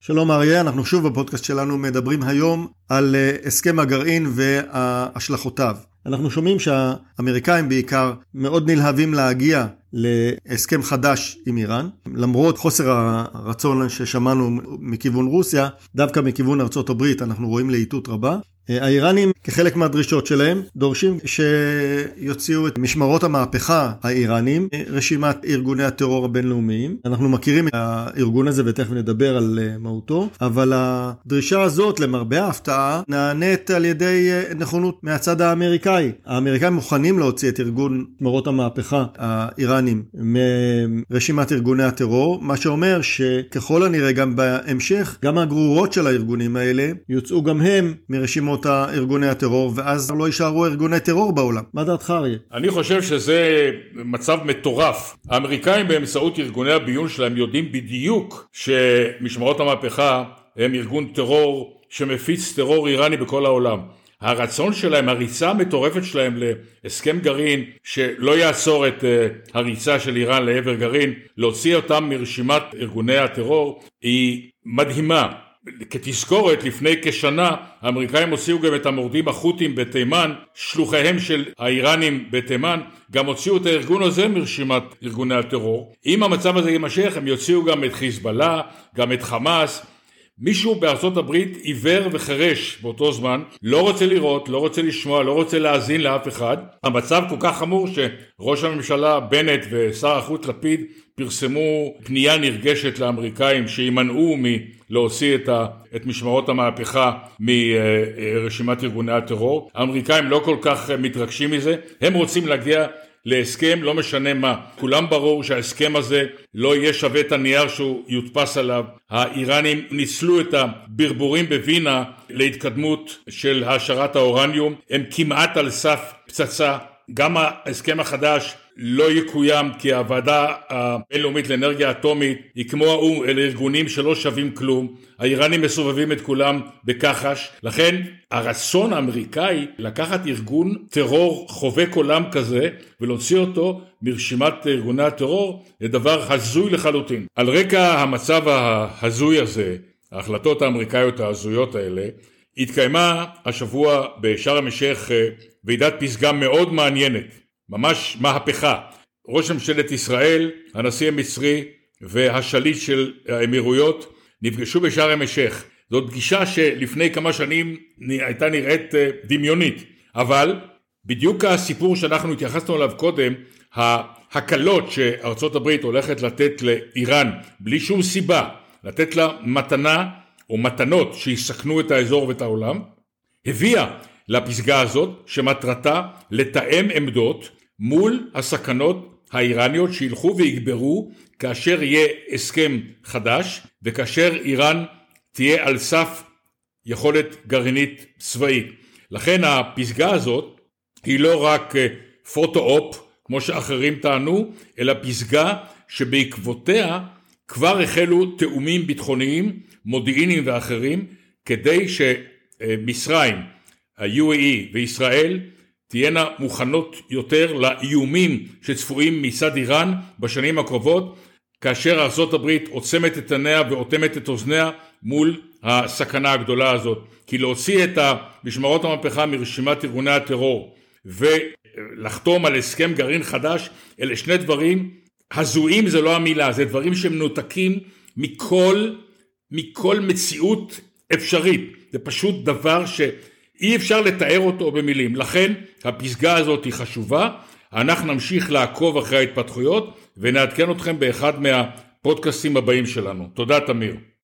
שלום אריה, אנחנו שוב בפודקאסט שלנו מדברים היום על הסכם הגרעין והשלכותיו. אנחנו שומעים שהאמריקאים בעיקר מאוד נלהבים להגיע להסכם חדש עם איראן, למרות חוסר הרצון ששמענו מכיוון רוסיה, דווקא מכיוון ארצות הברית אנחנו רואים לאיטות רבה. האיראנים כחלק מהדרישות שלהם דורשים שיוציאו את משמרות המהפכה האיראנים רשימת ארגוני הטרור הבינלאומיים. אנחנו מכירים את הארגון הזה ותכף נדבר על מהותו, אבל הדרישה הזאת למרבה ההפתעה נענית על ידי נכונות מהצד האמריקאי. האמריקאים מוכנים להוציא את ארגון משמרות המהפכה האיראנים מרשימת ארגוני הטרור, מה שאומר שככל הנראה גם בהמשך גם הגרורות של הארגונים האלה יוצאו גם הם מרשימות ארגוני הטרור, ואז לא יישארו ארגוני טרור בעולם. מה דעתך אריה? אני חושב שזה מצב מטורף. האמריקאים באמצעות ארגוני הביון שלהם יודעים בדיוק שמשמרות המהפכה הם ארגון טרור שמפיץ טרור איראני בכל העולם. הרצון שלהם, הריצה המטורפת שלהם להסכם גרעין שלא יעצור את הריצה של איראן לעבר גרעין, להוציא אותם מרשימת ארגוני הטרור, היא מדהימה. כתזכורת, לפני כשנה האמריקאים הוציאו גם את המורדים החות'ים בתימן, שלוחיהם של האיראנים בתימן, גם הוציאו את הארגון הזה מרשימת ארגוני הטרור. אם המצב הזה יימשך, הם יוציאו גם את חיזבאללה, גם את חמאס. מישהו בארצות הברית עיוור וחרש באותו זמן, לא רוצה לראות, לא רוצה לשמוע, לא רוצה להאזין לאף אחד. המצב כל כך חמור שראש הממשלה בנט ושר החוץ לפיד פרסמו פנייה נרגשת לאמריקאים שימנעו מלהוציא את משמרות המהפכה מרשימת ארגוני הטרור. האמריקאים לא כל כך מתרגשים מזה, הם רוצים להגיע להסכם, לא משנה מה. כולם ברור שההסכם הזה לא יהיה שווה את הנייר שהוא יודפס עליו. האיראנים ניצלו את הברבורים בווינה להתקדמות של העשרת האורניום. הם כמעט על סף פצצה. גם ההסכם החדש לא יקוים כי הוועדה הבינלאומית לאנרגיה אטומית היא כמו האו"ם, אלה ארגונים שלא שווים כלום. האיראנים מסובבים את כולם בכחש. לכן הרצון האמריקאי לקחת ארגון טרור חובק עולם כזה ולהוציא אותו מרשימת ארגוני הטרור זה דבר הזוי לחלוטין. על רקע המצב ההזוי הזה, ההחלטות האמריקאיות ההזויות האלה, התקיימה השבוע בשארם א-שייח ועידת פסגה מאוד מעניינת, ממש מהפכה. ראש ממשלת ישראל, הנשיא המצרי והשליט של האמירויות נפגשו בשארם א-שייח. זאת פגישה שלפני כמה שנים הייתה נראית דמיונית, אבל בדיוק הסיפור שאנחנו התייחסנו עליו קודם, ההקלות שארצות הברית הולכת לתת לאיראן בלי שום סיבה, לתת לה מתנה או מתנות שיסכנו את האזור ואת העולם, הביאה לפסגה הזאת שמטרתה לתאם עמדות מול הסכנות האיראניות שילכו ויגברו כאשר יהיה הסכם חדש וכאשר איראן תהיה על סף יכולת גרעינית צבאית. לכן הפסגה הזאת היא לא רק פוטו-אופ כמו שאחרים טענו, אלא פסגה שבעקבותיה כבר החלו תאומים ביטחוניים, מודיעיניים ואחרים, כדי שמצרים, ה-UAE וישראל תהיינה מוכנות יותר לאיומים שצפויים מצד איראן בשנים הקרובות, כאשר ארצות הברית עוצמת את עיניה ואוטמת את אוזניה מול הסכנה הגדולה הזאת. כי להוציא את משמרות המהפכה מרשימת ארגוני הטרור ולחתום על הסכם גרעין חדש, אלה שני דברים הזויים, זה לא המילה, זה דברים שמנותקים מכל מציאות אפשרית. זה פשוט דבר שאי אפשר לתאר אותו במילים. לכן הפסגה הזאת היא חשובה. אנחנו נמשיך לעקוב אחרי ההתפתחויות ונעדכן אתכם באחד מהפודקאסטים הבאים שלנו. תודה תמיר.